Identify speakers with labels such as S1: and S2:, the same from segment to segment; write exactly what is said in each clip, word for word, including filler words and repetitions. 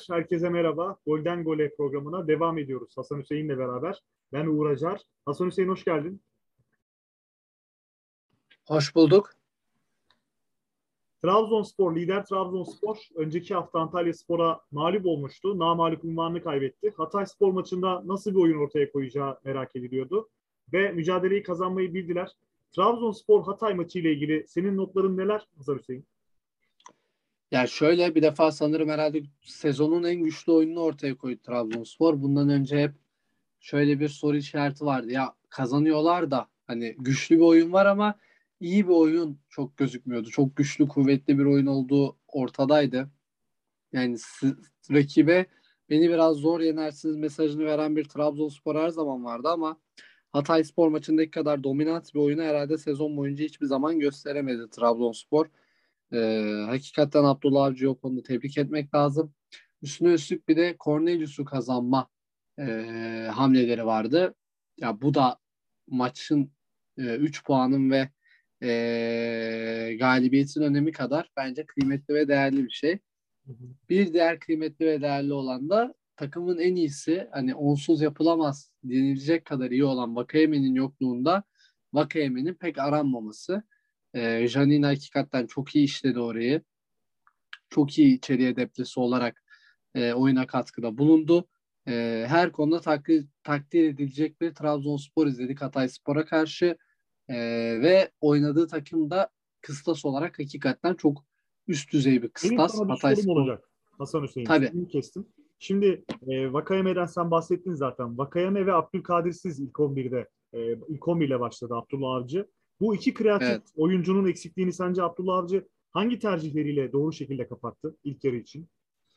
S1: Herkese merhaba. Golden Gole programına devam ediyoruz Hasan Hüseyin'le beraber. Ben Uğur Acar. Hasan Hüseyin hoş geldin.
S2: Hoş bulduk.
S1: Trabzonspor, lider Trabzonspor önceki hafta Antalyaspor'a mağlup olmuştu. Namağlup unvanını kaybetti. Hatayspor maçında nasıl bir oyun ortaya koyacağı merak ediliyordu. Ve mücadeleyi kazanmayı bildiler. Trabzonspor Hatay maçı ile ilgili senin notların neler Hasan Hüseyin?
S2: Yani şöyle bir defa sanırım herhalde sezonun en güçlü oyununu ortaya koydu Trabzonspor. Bundan önce hep şöyle bir soru işareti vardı. Ya kazanıyorlar da hani güçlü bir oyun var ama iyi bir oyun çok gözükmüyordu. Çok güçlü, kuvvetli bir oyun olduğu ortadaydı. Yani s- rakibe beni biraz zor yenersiniz mesajını veren bir Trabzonspor her zaman vardı ama Hatayspor maçındaki kadar dominant bir oyunu herhalde sezon boyunca hiçbir zaman gösteremedi Trabzonspor. Ee, hakikaten Abdullah Avcı'yı o konuda tebrik etmek lazım. Üstüne üstlük bir de Cornelius'u kazanma e, hamleleri vardı. Ya bu da maçın üç puanın ve e, galibiyetin önemi kadar bence kıymetli ve değerli bir şey. Bir diğer kıymetli ve değerli olan da takımın en iyisi, hani onsuz yapılamaz denilecek kadar iyi olan Vakayeme'nin yokluğunda Vakayeme'nin pek aranmaması. Ee, Janine hakikaten çok iyi işledi orayı. Çok iyi içeriye deplesi olarak e, oyuna katkıda bulundu. E, her konuda takdir, takdir edilecek bir Trabzonspor izledik Hatayspor'a karşı. E, ve oynadığı takım da kıstas olarak hakikaten çok üst düzey bir
S1: Benim
S2: kıstas.
S1: sana bir sorum
S2: Hatayspor
S1: olacak Hasan Hüseyin.
S2: tabii.
S1: Sözünü kestim. Şimdi e, Vakayeme'den sen bahsettin zaten. Vakayeme ve Abdülkadir'siz ilk on birde e, ilk on bir ile başladı Abdullah Avcı. Bu iki kreatif
S2: Evet.
S1: oyuncunun eksikliğini sence Abdullah Avcı hangi tercihleriyle doğru şekilde kapattı ilk yarı için?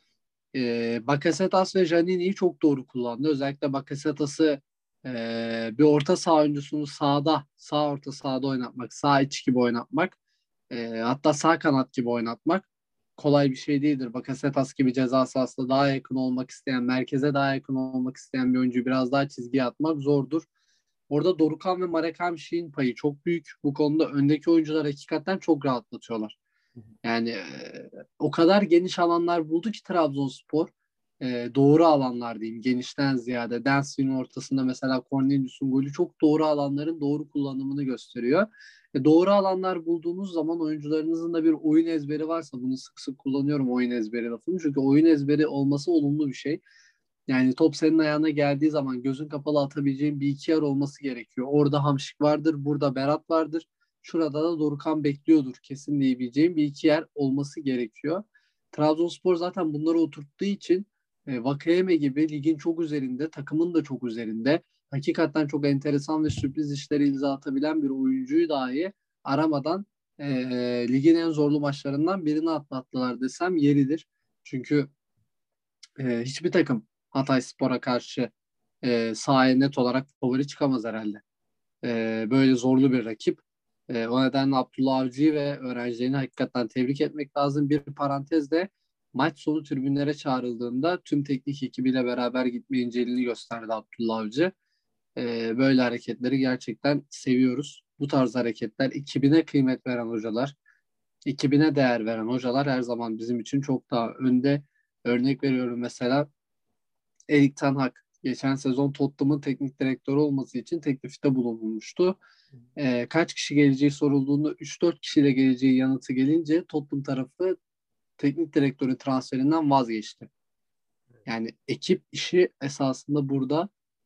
S2: E, Bakasetas ve Janini'yi çok doğru kullandı. Özellikle Bakasetas'ı e, bir orta saha oyuncusunu sağda, sağ orta sahada oynatmak, sağ iç gibi oynatmak, e, hatta sağ kanat gibi oynatmak kolay bir şey değildir. Bakasetas gibi ceza sahasına daha yakın olmak isteyen, merkeze daha yakın olmak isteyen bir oyuncu biraz daha çizgiye atmak zordur. Orada Dorukhan ve Marek Hamšík'in payı çok büyük. Bu konuda öndeki oyuncular hakikaten çok rahatlatıyorlar. Yani e, o kadar geniş alanlar buldu ki Trabzonspor. E, doğru alanlar diyeyim. Genişten ziyade. Dansville'in ortasında mesela Cornelius'un golü çok doğru alanların doğru kullanımını gösteriyor. E, doğru alanlar bulduğunuz zaman oyuncularınızın da bir oyun ezberi varsa, bunu sık sık kullanıyorum oyun ezberi lafını. Çünkü oyun ezberi olması olumlu bir şey. Yani top senin ayağına geldiği zaman gözün kapalı atabileceğin bir iki yer olması gerekiyor. Orada Hamşik vardır, burada Berat vardır. Şurada da Dorukhan bekliyordur kesin diyebileceğim bir iki yer olması gerekiyor. Trabzonspor zaten bunları oturttuğu için e, Vakayeme gibi ligin çok üzerinde, takımın da çok üzerinde, hakikaten çok enteresan ve sürpriz işleri imza atabilen bir oyuncuyu dahi aramadan e, ligin en zorlu maçlarından birini atlattılar desem yeridir. Çünkü e, hiçbir takım Hatayspor'a karşı e, sahaya net olarak favori çıkamaz herhalde. E, böyle zorlu bir rakip. E, o nedenle Abdullah Avcı'yı ve öğrencilerini hakikaten tebrik etmek lazım. Bir parantez de maç sonu tribünlere çağrıldığında tüm teknik ekibiyle beraber gitme inceliğini gösterdi Abdullah Avcı. E, böyle hareketleri gerçekten seviyoruz. Bu tarz hareketler, ekibine kıymet veren hocalar, ekibine değer veren hocalar her zaman bizim için çok daha önde. Örnek veriyorum mesela Erik Ten Hag geçen sezon Tottenham'ın teknik direktörü olması için teklifte bulunmuştu. Ee, kaç kişi geleceği sorulduğunda üç dört kişiyle geleceği yanıtı gelince Tottenham tarafı teknik direktörü transferinden vazgeçti. Yani ekip işi esasında burada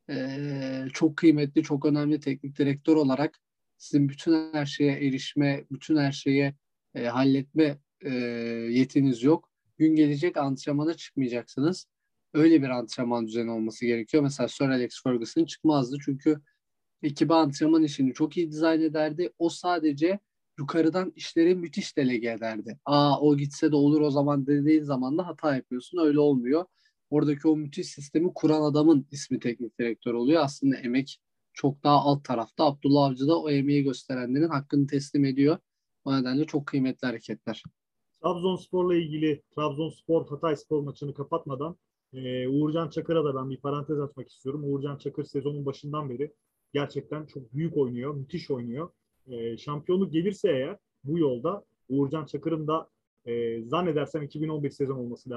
S2: ee, çok kıymetli, çok önemli. Teknik direktör olarak sizin bütün her şeye erişme, bütün her şeye e, halletme e, yetiniz yok. Gün gelecek antrenmana çıkmayacaksınız. Öyle bir antrenman düzeni olması gerekiyor. Mesela Sir Alex Ferguson çıkmazdı çünkü ekibe antrenman işini çok iyi dizayn ederdi. O sadece yukarıdan işleri müthiş delege ederdi. Aa o gitse de olur o zaman dediğin zaman da hata yapıyorsun. Öyle olmuyor. Oradaki o müthiş sistemi kuran adamın ismi teknik direktör oluyor. Aslında emek çok daha alt tarafta. Abdullah Avcı da o emeği gösterenlerin hakkını teslim ediyor. O nedenle çok kıymetli hareketler.
S1: Trabzonspor'la ilgili Trabzonspor Hatayspor maçını kapatmadan e, Uğurcan Çakır'a da ben bir parantez açmak istiyorum. Uğurcan Çakır sezonun başından beri gerçekten çok büyük oynuyor, müthiş oynuyor. E, şampiyonluk gelirse eğer bu yolda Uğurcan Çakır'ın da e, zannedersem iki bin on bir sezon olması lazım.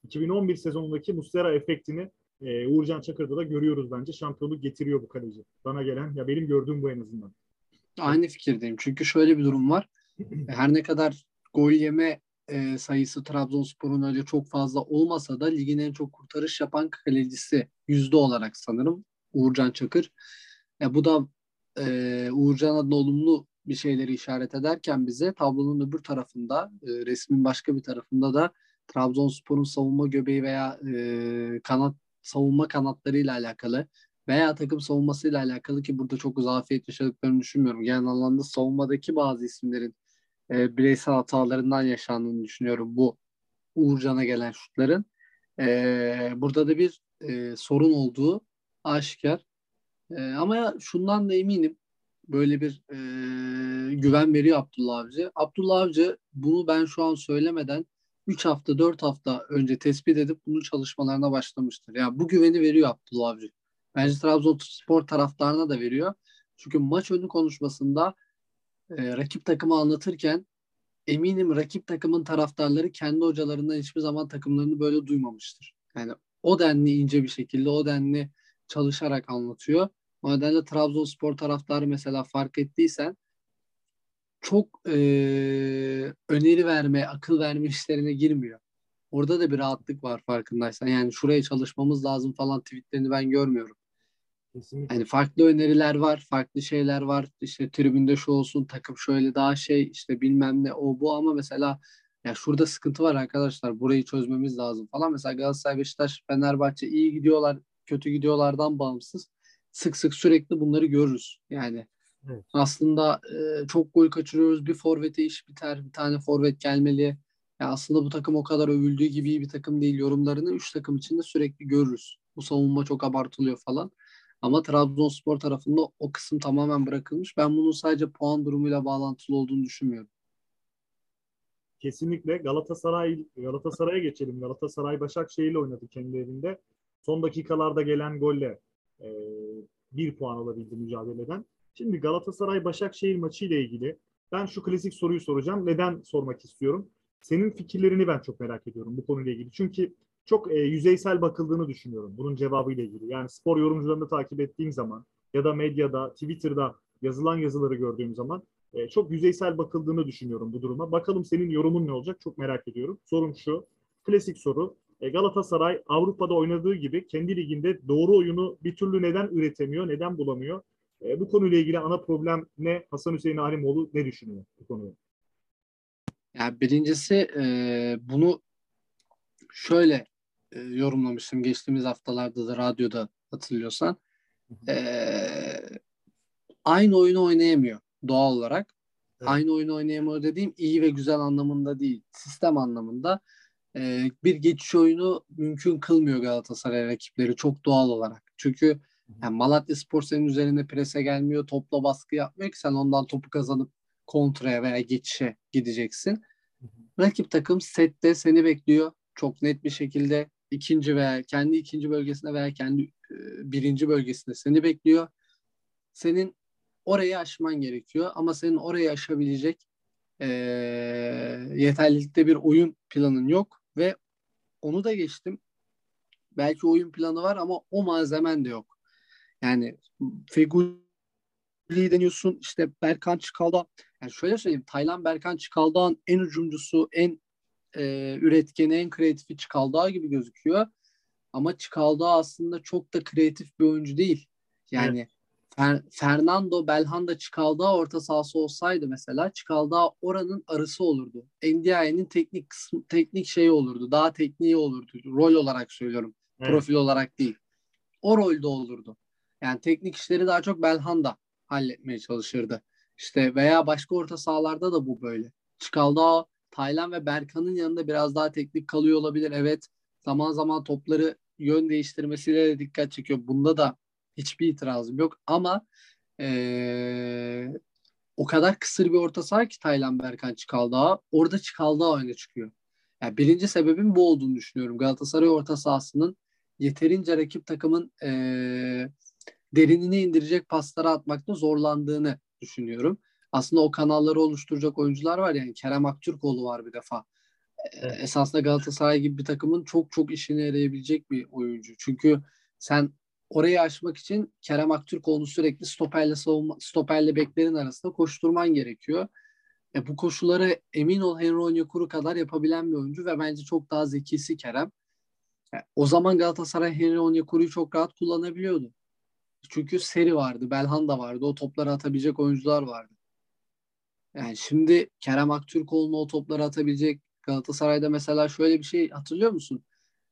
S1: iki bin on bir sezonundaki Muslera efektini e, Uğurcan Çakır'da da görüyoruz bence. Şampiyonluk getiriyor bu kaleci. Bana gelen, ya benim gördüğüm bu en azından.
S2: Aynı fikirdeyim. Çünkü şöyle bir durum var. Her ne kadar gol yeme e, sayısı Trabzonspor'un öyle çok fazla olmasa da ligin en çok kurtarış yapan kalecisi yüzde olarak sanırım Uğurcan Çakır. Ya bu da e, Uğurcan adına olumlu bir şeyleri işaret ederken bize tablonun öbür tarafında, e, resmin başka bir tarafında da Trabzonspor'un savunma göbeği veya e, kanat savunma kanatlarıyla alakalı veya takım savunmasıyla alakalı ki burada çok zafiyet yaşadıklarını düşünmüyorum. Genel anlamda savunmadaki bazı isimlerin e, bireysel hatalarından yaşandığını düşünüyorum bu Uğurcan'a gelen şutların. E, burada da bir e, sorun olduğu aşikar. E, ama şundan da eminim, böyle bir e, güven veriyor Abdullah Avcı. Abdullah Avcı bunu ben şu an söylemeden üç hafta dört hafta önce tespit edip bunun çalışmalarına başlamıştır. Yani bu güveni veriyor Abdullah Avcı. Bence Trabzonspor taraftarına da veriyor. Çünkü maç önü konuşmasında e, rakip takımı anlatırken eminim rakip takımın taraftarları kendi hocalarından hiçbir zaman takımlarını böyle duymamıştır. Yani o denli ince bir şekilde, o denli çalışarak anlatıyor. O nedenle Trabzonspor taraftarı mesela fark ettiysen çok e, öneri verme, akıl verme işlerine girmiyor. Orada da bir rahatlık var farkındaysan. Yani şuraya çalışmamız lazım falan tweetlerini ben görmüyorum.
S1: Kesinlikle.
S2: Hani farklı öneriler var, farklı şeyler var. İşte tribünde şu olsun, takım şöyle daha şey, işte bilmem ne o bu ama mesela ya şurada sıkıntı var arkadaşlar. Burayı çözmemiz lazım falan. Mesela Galatasaray, Beşiktaş, Fenerbahçe iyi gidiyorlar, kötü gidiyorlardan bağımsız. Sık sık sürekli bunları görürüz. Yani
S1: Evet.
S2: aslında e, çok gol kaçırıyoruz. Bir forvete iş biter. Bir tane forvet gelmeli. Ya aslında bu takım o kadar övüldüğü gibi iyi bir takım değil. Yorumlarını üç takım içinde sürekli görürüz. Bu savunma çok abartılıyor falan. Ama Trabzonspor tarafında o kısım tamamen bırakılmış. Ben bunun sadece puan durumuyla bağlantılı olduğunu düşünmüyorum.
S1: Kesinlikle. Galatasaray Galatasaray'a geçelim. Galatasaray Başakşehir'le oynadı kendi evinde. Son dakikalarda gelen golle e, bir puan alabildi mücadeleden. Şimdi Galatasaray Başakşehir maçı ile ilgili ben şu klasik soruyu soracağım. Neden sormak istiyorum? Senin fikirlerini ben çok merak ediyorum bu konuyla ilgili. Çünkü çok e, yüzeysel bakıldığını düşünüyorum bunun cevabı ile ilgili. Yani spor yorumcularını takip ettiğim zaman ya da medyada, Twitter'da yazılan yazıları gördüğüm zaman e, çok yüzeysel bakıldığını düşünüyorum bu duruma. Bakalım senin yorumun ne olacak? Çok merak ediyorum. Sorum şu. Klasik soru. E, Galatasaray Avrupa'da oynadığı gibi kendi liginde doğru oyunu bir türlü neden üretemiyor, neden bulamıyor? E, bu konuyla ilgili ana problem ne? Hasan Hüseyin Alimoğlu ne düşünüyor bu konuda?
S2: Yani birincisi e, bunu şöyle e, yorumlamıştım geçtiğimiz haftalarda da radyoda hatırlıyorsan. E, Aynı oyunu oynayamıyor doğal olarak.
S1: Evet.
S2: Aynı oyunu oynayamıyor dediğim iyi ve güzel anlamında değil. Sistem anlamında e, bir geçiş oyunu mümkün kılmıyor Galatasaray rakipleri çok doğal olarak. Çünkü yani Malatyaspor senin üzerine prese gelmiyor, topla baskı yapmıyor ki sen ondan topu kazanıp kontraya veya geçişe gideceksin. Rakip takım sette seni bekliyor. Çok net bir şekilde ikinci veya kendi ikinci bölgesinde veya kendi e, birinci bölgesinde seni bekliyor. Senin orayı aşman gerekiyor ama senin orayı aşabilecek e, yeterlilikte bir oyun planın yok ve onu da geçtim. Belki oyun planı var ama o malzemen de yok. Yani Feguli deniyorsun işte Berkan Çıkal'da. Yani şöyle söyleyeyim, Taylan Berkan Çıkaldağ'ın en ucumcusu, en e, üretkeni, en kreatifi Çıkaldağ gibi gözüküyor. Ama Çıkaldağ aslında çok da kreatif bir oyuncu değil.
S1: Evet.
S2: Yani Fer- Fernando Belhanda Çıkaldağ orta sahası olsaydı mesela Çıkaldağ oranın arısı olurdu. Ndiaye'nin teknik kısmı, teknik şeyi olurdu. Daha tekniği olurdu. Rol olarak söylüyorum.
S1: Evet.
S2: Profil olarak değil. O rolde olurdu. Yani teknik işleri daha çok Belhanda halletmeye çalışırdı. İşte veya başka orta sahalarda da bu böyle. Çıkaldağ, Taylan ve Berkan'ın yanında biraz daha teknik kalıyor olabilir. Evet, zaman zaman topları yön değiştirmesiyle de dikkat çekiyor. Bunda da hiçbir itirazım yok. Ama ee, o kadar kısır bir orta saha ki Taylan Berkan Çıkaldağ. Orada Çıkaldağ öne çıkıyor. Yani birinci sebebin bu olduğunu düşünüyorum. Galatasaray orta sahasının yeterince rakip takımın e, derinine indirecek pasları atmakta zorlandığını düşünüyorum. Aslında o kanalları oluşturacak oyuncular var yani Kerem Aktürkoğlu var bir defa.
S1: Evet.
S2: Esasında Galatasaray gibi bir takımın çok çok işine yarayabilecek bir oyuncu. Çünkü sen orayı aşmak için Kerem Aktürkoğlu'nu sürekli stoperle savunma, stoperle beklerin arasında koşturman gerekiyor. E bu koşulları emin ol Henry Onyekuru kadar yapabilen bir oyuncu ve bence çok daha zekisi Kerem. E, o zaman Galatasaray Henry Onyekuru'yu çok rahat kullanabiliyordu. Çünkü Seri vardı, Belhanda vardı. O topları atabilecek oyuncular vardı. Yani şimdi Kerem Aktürkoğlu'nu o topları atabilecek Galatasaray'da mesela şöyle bir şey hatırlıyor musun?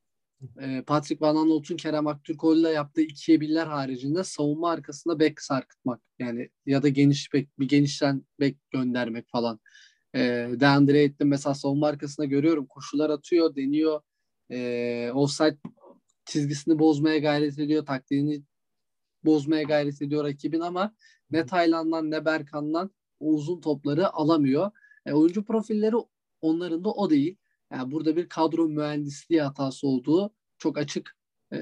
S2: Ee, Patrick Van Aanholt'un Kerem Aktürkoğlu'yla yaptığı ikiye birler haricinde savunma arkasında bek sarkıtmak. Yani ya da geniş bek, bir genişten bek göndermek falan. Ee, Deandre Ayton mesela savunma arkasında görüyorum. Koşular atıyor, deniyor. Ee, offside çizgisini bozmaya gayret ediyor. Taktiğini bozmaya gayret ediyor rakibin ama ne Taylan'dan ne Berkan'dan o uzun topları alamıyor. E, oyuncu profilleri onların da o değil. Yani burada bir kadro mühendisliği hatası olduğu çok açık. E,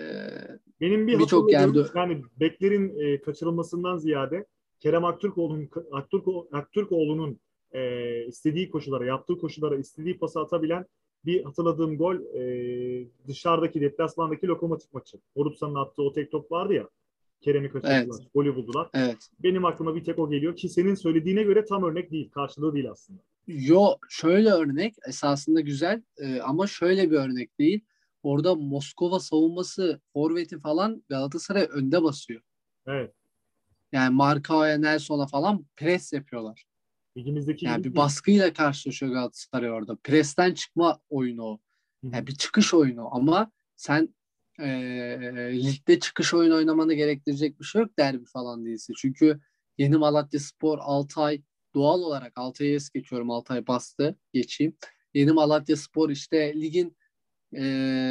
S1: Benim bir
S2: birçok yerde
S1: hatırladığım yani beklerin e, kaçırılmasından ziyade Kerem Aktürkoğlu'nun Aktürko, Aktürkoğlu'nun e, istediği koşulara, yaptığı koşulara istediği pası atabilen bir hatırladığım gol e, dışarıdaki deplasmandaki Lokomotiv maçı. Oruçsan'ın attığı o tek top vardı ya. Kerem'i
S2: evet,
S1: kaçırdılar. Golü buldular.
S2: evet.
S1: Benim aklıma bir tek o geliyor ki senin söylediğine göre tam örnek değil. Karşılığı değil aslında.
S2: Yo şöyle örnek esasında güzel e, ama şöyle bir örnek değil. Orada Moskova savunması forveti falan Galatasaray önde basıyor.
S1: Evet.
S2: Yani Markao'ya, Nelson'a falan pres yapıyorlar.
S1: Ligimizdeki
S2: Yani
S1: gibi
S2: bir
S1: değil.
S2: baskıyla karşılaşıyor Galatasaray orada. Presten çıkma oyunu o.
S1: Hı hı.
S2: Yani bir çıkış oyunu ama sen e, ligde çıkış oyunu oynamanı gerektirecek bir şey yok derbi falan değilse. Çünkü Yeni Malatyaspor Altay doğal olarak Altay'ı es geçiyorum. Altay bastı. Geçeyim. Yeni Malatyaspor işte ligin e,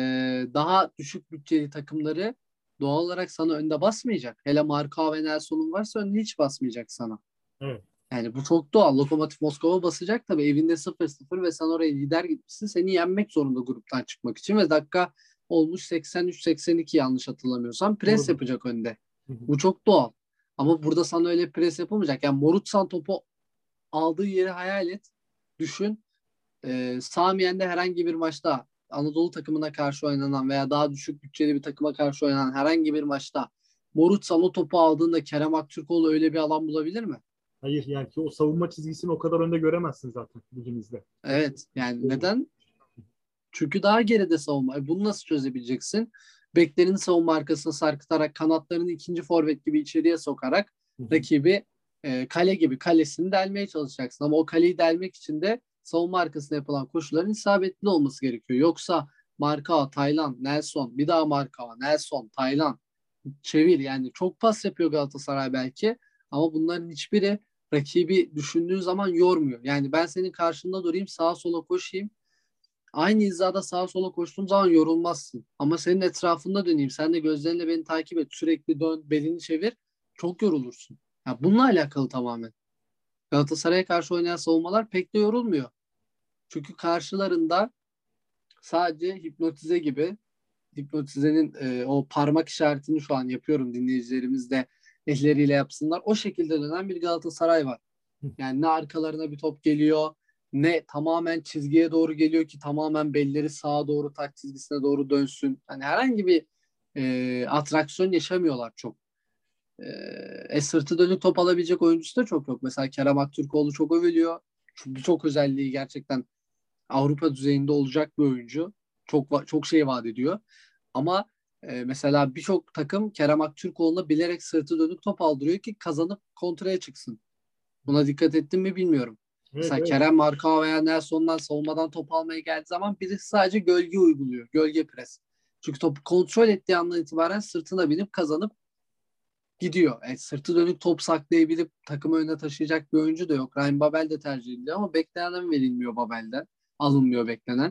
S2: daha düşük bütçeli takımları doğal olarak sana önde basmayacak. Hele Marka ve Nelson'un varsa önde hiç basmayacak sana.
S1: Evet.
S2: Yani bu çok doğal. Lokomotiv Moskova basacak tabii. Evinde sıfır sıfır ve sen oraya lider gitmişsin. Seni yenmek zorunda gruptan çıkmak için ve dakika olmuş seksen üç seksen iki yanlış hatırlamıyorsam pres
S1: Doğrudur.
S2: yapacak önde.
S1: Hı hı.
S2: Bu çok doğal. Ama burada sana öyle pres yapamayacak. Yani Morutsan topu aldığı yeri hayal et. Düşün. Ee, Samiyen'de herhangi bir maçta Anadolu takımına karşı oynanan veya daha düşük bütçeli bir takıma karşı oynanan herhangi bir maçta Morutsan o topu aldığında Kerem Aktürkoğlu öyle bir alan bulabilir mi?
S1: Hayır yani ki o savunma çizgisini o kadar önde göremezsin zaten ligimizde.
S2: Evet. Yani
S1: Doğru.
S2: neden? Çünkü daha geride savunma. E bunu nasıl çözebileceksin? Beklerin savunma arkasına sarkıtarak kanatlarını ikinci forvet gibi içeriye sokarak
S1: Hı hı.
S2: rakibi e, kale gibi kalesini delmeye çalışacaksın. Ama o kaleyi delmek için de savunma arkasına yapılan koşuların isabetli olması gerekiyor. Yoksa Marka, Taylan, Nelson, bir daha Marka, Nelson, Taylan çevir. Yani çok pas yapıyor Galatasaray belki ama bunların hiçbiri rakibi düşündüğün zaman yormuyor. Yani ben senin karşında durayım, sağa sola koşayım. Aynı hizada sağa sola koştuğum zaman yorulmazsın. Ama senin etrafında döneyim. Sen de gözlerinle beni takip et. Sürekli dön, belini çevir. Çok yorulursun. Ya bununla alakalı tamamen. Galatasaray'a karşı oynayan savunmalar pek de yorulmuyor. Çünkü karşılarında sadece hipnotize gibi hipnotizenin e, o parmak işaretini şu an yapıyorum, dinleyicilerimiz de elleriyle yapsınlar. O şekilde dönen bir Galatasaray var. Yani ne arkalarına bir top geliyor ne tamamen çizgiye doğru geliyor ki tamamen belleri sağa doğru taç çizgisine doğru dönsün. Hani herhangi bir e, atraksiyon yaşamıyorlar çok. E, e, sırtı dönük top alabilecek oyuncusu da çok yok. Mesela Kerem Aktürkoğlu çok övülüyor. Çünkü çok özelliği gerçekten Avrupa düzeyinde olacak bir oyuncu. Çok çok şey vaat ediyor. Ama e, mesela birçok takım Kerem Aktürkoğlu'na bilerek sırtı dönük top aldırıyor ki kazanıp kontraya çıksın. Buna dikkat ettin mi bilmiyorum.
S1: Evet,
S2: Mesela
S1: evet.
S2: Kerem Marka veya Nelson'dan savunmadan top almaya geldiği zaman birisi sadece gölge uyguluyor. Gölge pres. Çünkü topu kontrol ettiği andan itibaren sırtına binip kazanıp gidiyor. Yani sırtı dönük top saklayabilip takımı önüne taşıyacak bir oyuncu da yok. Ryan Babel de tercih ediliyor ama beklenen verilmiyor Babel'den. Alınmıyor beklenen.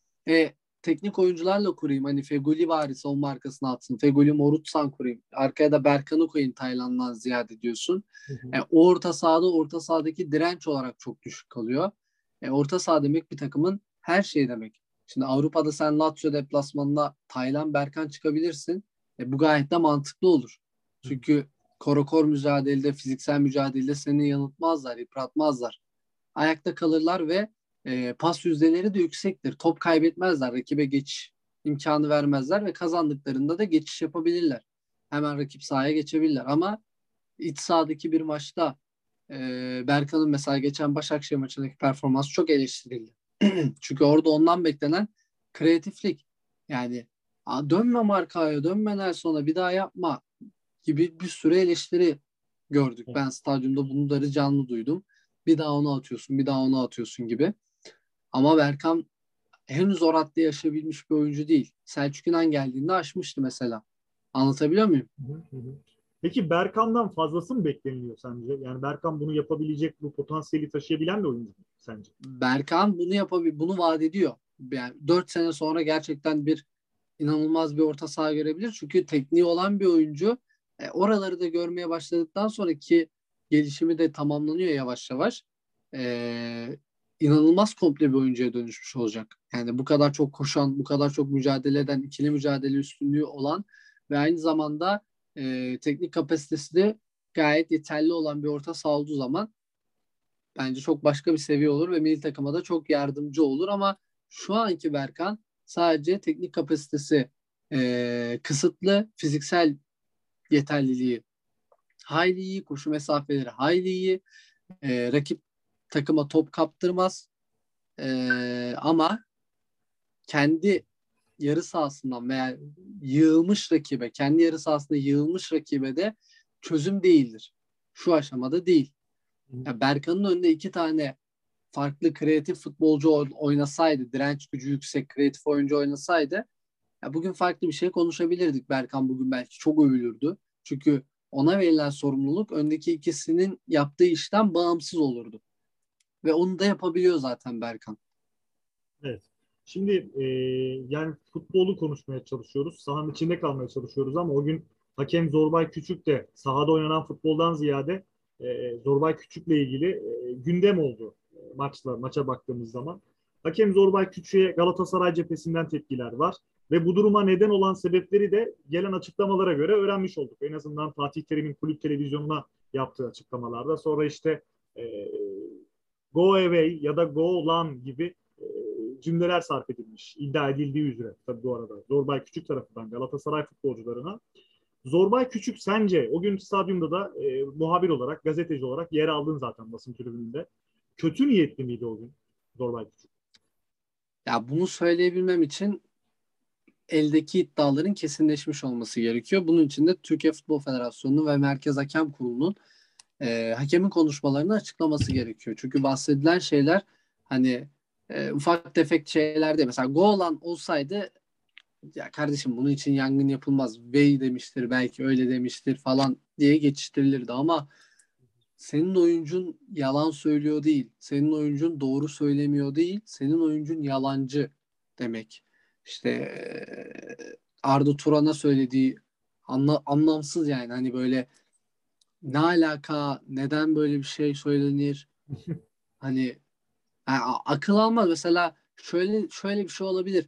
S2: E, teknik oyuncularla kurayım. Hani Feguli vari savunma arkasına atsın. Feguli Morutsan kurayım. Arkaya da Berkan'ı koyayım Tayland'dan ziyade diyorsun.
S1: Hı hı.
S2: E, o orta sahada orta sahadaki direnç olarak çok düşük kalıyor. E, orta saha demek bir takımın her şeyi demek. Şimdi Avrupa'da sen Lazio deplasmanında Taylan Berkan çıkabilirsin. E, bu gayet de mantıklı olur. Çünkü korokor mücadelede, fiziksel mücadelede seni yanıltmazlar, yıpratmazlar. Ayakta kalırlar ve e, pas yüzdeleri de yüksektir. Top kaybetmezler, rakibe geçiş imkanı vermezler ve kazandıklarında da geçiş yapabilirler. Hemen rakip sahaya geçebilirler. Ama iç sahadaki bir maçta e, Berkan'ın mesela geçen Başakşehir maçındaki performansı çok eleştirildi. Çünkü orada ondan beklenen kreatiflik. Yani dönme markaya, dönme Nelson'a, bir daha yapma gibi bir sürü eleştiri gördük. Ben stadyumda bunları canlı duydum. Bir daha onu atıyorsun, bir daha onu atıyorsun gibi. Ama Berkan henüz o raddeye aşabilmiş bir oyuncu değil. Selçuk İnan geldiğinde aşmıştı mesela. Anlatabiliyor muyum?
S1: Hı hı hı. Peki Berkan'dan fazlası mı bekleniliyor sence? Yani Berkan bunu yapabilecek, bu potansiyeli taşıyabilen bir oyuncu mu sence?
S2: Berkan bunu yapabilir, bunu vaat ediyor. Yani dört sene sonra gerçekten bir inanılmaz bir orta saha görebilir. Çünkü tekniği olan bir oyuncu. E, oraları da görmeye başladıktan sonraki gelişimi de tamamlanıyor yavaş yavaş. E, inanılmaz komple bir oyuncuya dönüşmüş olacak. Yani bu kadar çok koşan, bu kadar çok mücadele eden, ikili mücadele üstünlüğü olan ve aynı zamanda e, teknik kapasitesi de gayet yeterli olan bir orta saha olduğu zaman bence çok başka bir seviye olur ve milli takıma da çok yardımcı olur. Ama şu anki Berkan sadece teknik kapasitesi e, kısıtlı, fiziksel yeterliliği hayli iyi, koşu mesafeleri hayli iyi, e, rakip takıma top kaptırmaz. E, ama kendi yarı sahasından veya yığılmış rakibe, kendi yarı sahasında yığılmış rakibe de çözüm değildir. Şu aşamada değil. Ya Berkan'ın önünde iki tane farklı kreatif futbolcu oynasaydı, direnç gücü yüksek kreatif oyuncu oynasaydı, ya bugün farklı bir şey konuşabilirdik. Berkan bugün belki çok övülürdü. Çünkü ona verilen sorumluluk öndeki ikisinin yaptığı işten bağımsız olurdu. Ve onu da yapabiliyor zaten Berkan.
S1: Evet. Şimdi e, yani futbolu konuşmaya çalışıyoruz. Sahanın içinde kalmaya çalışıyoruz ama o gün hakem Zorbay Küçük de sahada oynanan futboldan ziyade e, Zorbay Küçük'le ilgili e, gündem oldu e, maçla maça baktığımız zaman. Hakem Zorbay Küçük'e Galatasaray cephesinden tepkiler var ve bu duruma neden olan sebepleri de gelen açıklamalara göre öğrenmiş olduk. En azından Fatih Terim'in kulüp televizyonuna yaptığı açıklamalarda. Sonra işte e, go away ya da go lan gibi e, cümleler sarf edilmiş. İddia edildiği üzere tabii bu arada. Zorbay Küçük tarafından Galatasaray futbolcularına. Zorbay Küçük sence o gün stadyumda da e, muhabir olarak, gazeteci olarak yer aldın zaten basın tribününde. Kötü niyetli miydi o gün Zorbay Küçük?
S2: Ya bunu söyleyebilmem için eldeki iddiaların kesinleşmiş olması gerekiyor. Bunun için de Türkiye Futbol Federasyonu ve Merkez Hakem Kurulu'nun e, hakemin konuşmalarını açıklaması gerekiyor. Çünkü bahsedilen şeyler hani e, ufak tefek şeyler değil. Mesela gol olan olsaydı ya kardeşim bunun için yangın yapılmaz. Bey demiştir belki öyle demiştir falan diye geçiştirilirdi ama senin oyuncun yalan söylüyor değil. Senin oyuncun doğru söylemiyor değil. Senin oyuncun yalancı demek. İşte e, Arda Turan'a söylediği anla, anlamsız yani hani böyle ne alaka neden böyle bir şey söylenir hani yani akıl almaz mesela şöyle şöyle bir şey olabilir.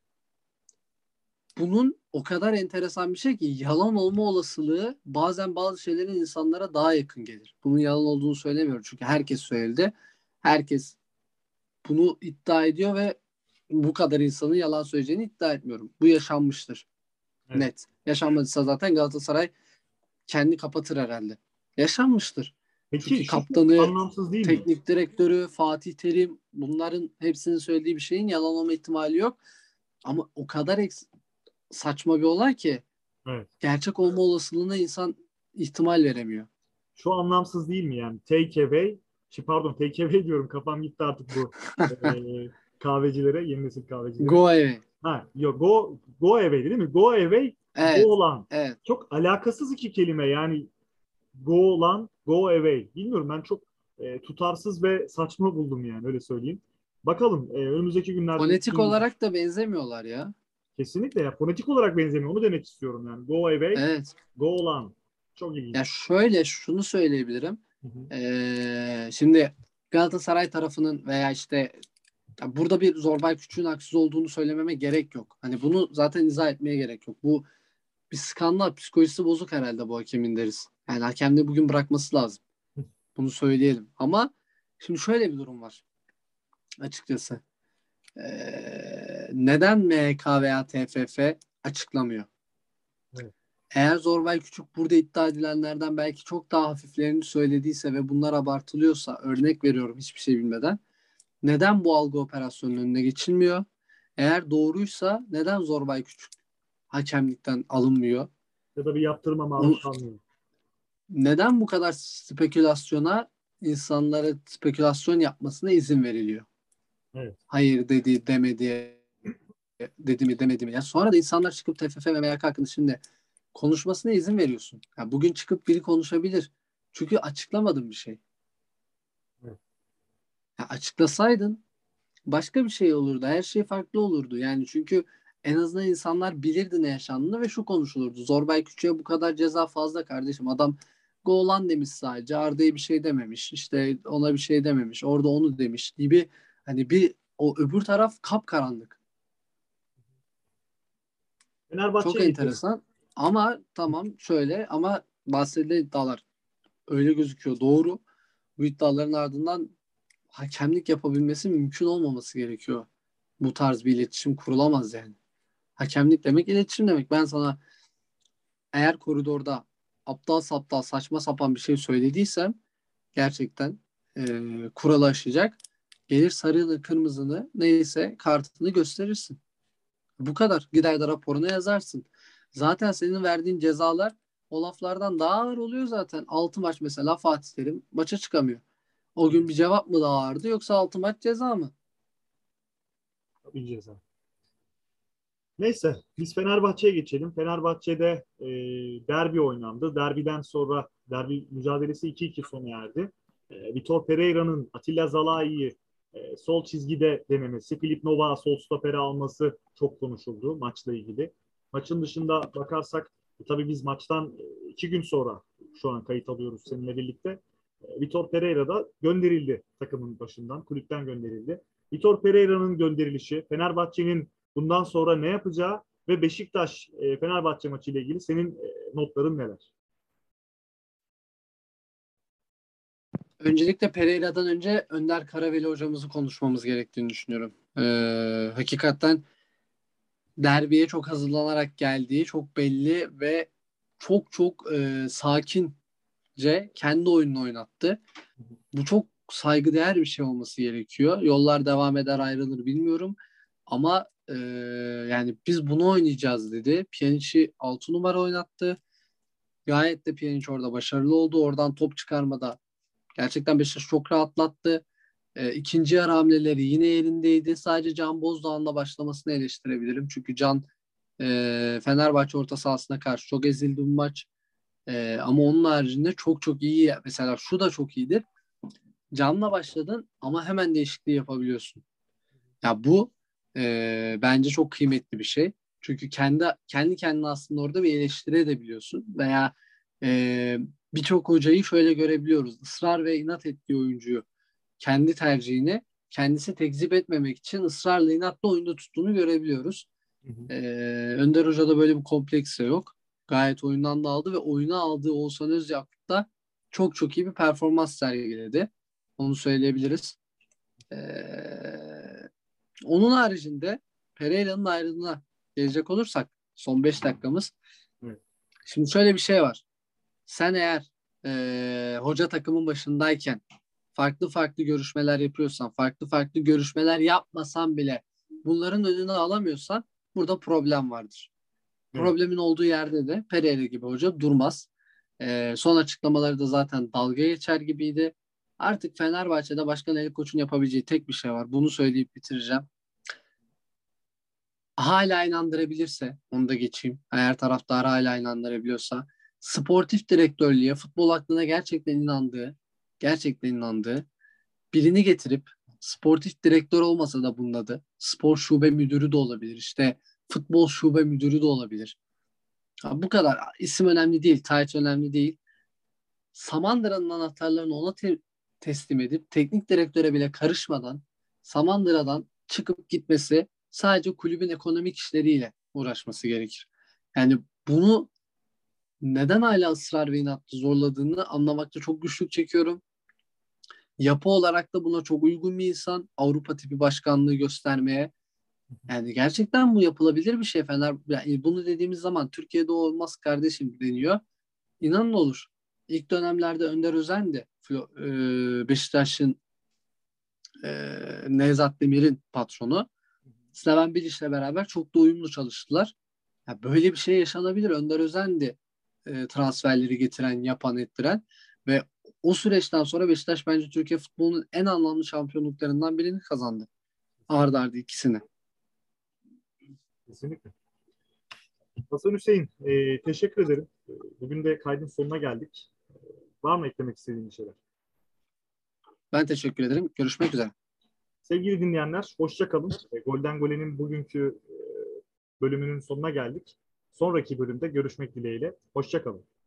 S2: Bunun o kadar enteresan bir şey ki yalan olma olasılığı bazen bazı şeylerin insanlara daha yakın gelir. Bunun yalan olduğunu söylemiyorum çünkü herkes söyledi. Herkes bunu iddia ediyor ve bu kadar insanın yalan söyleyeceğini iddia etmiyorum. Bu yaşanmıştır.
S1: Evet.
S2: Net. Yaşanmadıysa zaten Galatasaray kendi kapatır herhalde. Yaşanmıştır.
S1: Peki
S2: Çünkü
S1: şu çok
S2: kaptanı,
S1: anlamsız değil mi?
S2: teknik direktörü, Fatih Terim bunların hepsinin söylediği bir şeyin yalan olma ihtimali yok. Ama o kadar eks- saçma bir olay ki
S1: Evet.
S2: gerçek olma olasılığına insan ihtimal veremiyor.
S1: Şu anlamsız değil mi yani? Take away, şey, pardon take away diyorum kafam gitti artık bu e, kahvecilere, yeni nesil kahvecilere.
S2: Go away.
S1: Ha, yok go go away değil mi? Go away,
S2: Evet.
S1: go lan.
S2: Evet.
S1: Çok alakasız iki kelime yani go lan, go away. Bilmiyorum ben çok e, tutarsız ve saçma buldum yani öyle söyleyeyim. Bakalım e, önümüzdeki günlerde
S2: Fonetik olarak da benzemiyorlar ya.
S1: kesinlikle ya fonetik olarak benzemiyor. Onu demek istiyorum yani. Go away,
S2: Evet.
S1: go lan. Çok
S2: Ya
S1: ilginç.
S2: şöyle şunu söyleyebilirim.
S1: Hı hı.
S2: Ee, şimdi Galatasaray tarafının veya işte ya burada bir Zorbay Küçük'ün haksız olduğunu söylememe gerek yok. Hani bunu zaten izah etmeye gerek yok. Bu bir skandal, psikolojisi bozuk herhalde bu hakemin deriz. Yani hakem de bugün bırakması lazım. Bunu söyleyelim. Ama şimdi şöyle bir durum var. açıkçası. Ee, neden M H K veya T F F açıklamıyor?
S1: Evet.
S2: Eğer Zorbay Küçük burada iddia edilenlerden belki çok daha hafiflerini söylediyse ve bunlar abartılıyorsa, örnek veriyorum hiçbir şey bilmeden, neden bu algı operasyonunun önüne geçilmiyor? Eğer doğruysa neden Zorbay Küçük hakemlikten alınmıyor?
S1: Ya da bir yaptırıma
S2: O,
S1: maruz kalmıyor.
S2: neden bu kadar spekülasyona, insanlara spekülasyon yapmasına izin veriliyor?
S1: Evet.
S2: Hayır dedi, demedi, dedi mi, demedi mi? Ya sonra da insanlar çıkıp T F F ve M H K hakkında şimdi konuşmasına izin veriyorsun. Ya bugün çıkıp biri konuşabilir. Çünkü açıklamadın bir şey.
S1: Evet.
S2: Ya açıklasaydın başka bir şey olurdu. Her şey farklı olurdu. Yani çünkü en azından insanlar bilirdi ne yaşandığını ve şu konuşulurdu. Zorbay Küçük'e bu kadar ceza fazla kardeşim. Adam Golan demiş sadece. Arda'ya bir şey dememiş. İşte ona bir şey dememiş. Orada onu demiş gibi. Hani bir o öbür taraf kapkaranlık. Çok
S1: Fenerbahçe'ye geçelim.
S2: enteresan. Ama tamam şöyle ama bahsedilen iddialar öyle gözüküyor. Doğru. Bu iddiaların ardından hakemlik yapabilmesi mümkün olmaması gerekiyor. Bu tarz bir iletişim kurulamaz yani. Hakemlik demek iletişim demek. Ben sana eğer koridorda aptal saptal saçma sapan bir şey söylediysem gerçekten e, kuralı aşacak. Gelir sarını kırmızını neyse kartını gösterirsin. Bu kadar. Gider de raporuna yazarsın. Zaten senin verdiğin cezalar o laflardan daha ağır oluyor zaten. Altı maç mesela Fatih Terim maça çıkamıyor. O gün bir cevap mı daha ağırdı yoksa altı maç ceza mı?
S1: Bir ceza. Neyse biz Fenerbahçe'ye geçelim. Fenerbahçe'de e, derbi oynandı. Derbiden sonra derbi mücadelesi iki iki sona erdi. E, Vitor Pereira'nın Atilla Zalai'yi e, sol çizgide denemesi, Filip Nova sol stopere alması çok konuşuldu maçla ilgili. Maçın dışında bakarsak e, tabii biz maçtan e, iki gün sonra şu an kayıt alıyoruz seninle birlikte. E, Vitor Pereira da gönderildi takımın başından, kulüpten gönderildi. Vitor Pereira'nın gönderilişi, Fenerbahçe'nin bundan sonra ne yapacağı ve Beşiktaş e, Fenerbahçe maçı ile ilgili senin e, notların neler?
S2: Öncelikle Pereira'dan önce Önder Karaveli hocamızı konuşmamız gerektiğini düşünüyorum. Ee, hakikaten derbiye çok hazırlanarak geldiği çok belli ve çok çok e, sakince kendi oyununu oynattı. Bu çok saygıdeğer bir şey olması gerekiyor. Yollar devam eder ayrılır bilmiyorum. Ama e, yani biz bunu oynayacağız dedi. Pjanic'i altı numara oynattı. Gayet de Pjanic orada başarılı oldu. Oradan top çıkarmada gerçekten Beşiktaş çok rahatlattı. E, ikinci yarı hamleleri yine yerindeydi. Sadece Can Bozdağ'ınla başlamasını eleştirebilirim. Çünkü Can e, Fenerbahçe orta sahasına karşı çok ezildi bu maç. E, ama onun haricinde çok çok iyi. Mesela şu da çok iyidir. Can'la başladın ama hemen değişikliği yapabiliyorsun. Ya bu e, bence çok kıymetli bir şey. Çünkü kendi kendi kendine aslında orada bir eleştiri edebiliyorsun. Veya e, birçok hocayı şöyle görebiliyoruz. Israr ve inat ettiği oyuncuyu kendi tercihini kendisi tekzip etmemek için ısrarla inatla oyunda tuttuğunu görebiliyoruz.
S1: Hı hı.
S2: E, Önder Hoca'da böyle bir kompleks de yok. Gayet oyundan da aldı ve oyuna aldığı Oğuzhan Özyakup da çok çok iyi bir performans sergiledi. Onu söyleyebiliriz. Ee, Onun haricinde Pereira'nın ayrılığına gelecek olursak son beş dakikamız.
S1: Evet.
S2: Şimdi şöyle bir şey var. Sen eğer e, hoca takımın başındayken farklı farklı görüşmeler yapıyorsan, farklı farklı görüşmeler yapmasan bile bunların önünü alamıyorsan burada problem vardır.
S1: Evet.
S2: Problemin olduğu yerde de Pereira gibi hoca durmaz. E, son açıklamaları da zaten dalga geçer gibiydi. Artık Fenerbahçe'de Başkan Ali Koç'un yapabileceği tek bir şey var. Bunu söyleyip bitireceğim. Hala inandırabilirse, onu da geçeyim. Eğer taraftar hala inandırabiliyorsa, sportif direktörlüğe, futbol aklına gerçekten inandığı, gerçekten inandığı birini getirip sportif direktör olmasa da bunun adı, spor şube müdürü de olabilir. İşte futbol şube müdürü de olabilir. Ha, bu kadar. İsim önemli değil, title önemli değil. Samandıra'nın anahtarlarını ona te- teslim edip teknik direktöre bile karışmadan Samandıra'dan çıkıp gitmesi sadece kulübün ekonomik işleriyle uğraşması gerekir. Yani bunu neden hala ısrar ve inatla zorladığını anlamakta çok güçlük çekiyorum. Yapı olarak da buna çok uygun bir insan. Avrupa tipi başkanlığı göstermeye. Yani gerçekten bu yapılabilir bir şey. Fener, yani bunu dediğimiz zaman Türkiye'de olmaz kardeşim deniyor. İnanın olur. İlk dönemlerde Önder Özen'di. Flo- e, Beşiktaş'ın e, Nevzat Demir'in patronu. Slaven Bilic'le beraber çok da uyumlu çalıştılar. Ya böyle bir şey yaşanabilir. Önder Özen'di e, transferleri getiren, yapan, ettiren ve o süreçten sonra Beşiktaş bence Türkiye futbolunun en anlamlı şampiyonluklarından birini kazandı. Arda arda ikisini.
S1: Kesinlikle. Hasan Hüseyin, e, teşekkür ederim. E, Bugün de kaydın sonuna geldik. E, Var mı eklemek istediğin bir şeyler?
S2: Ben teşekkür ederim. Görüşmek üzere.
S1: Sevgili dinleyenler, hoşça kalın. E, Golden Gole'nin bugünkü e, bölümünün sonuna geldik. Sonraki bölümde görüşmek dileğiyle. Hoşça kalın.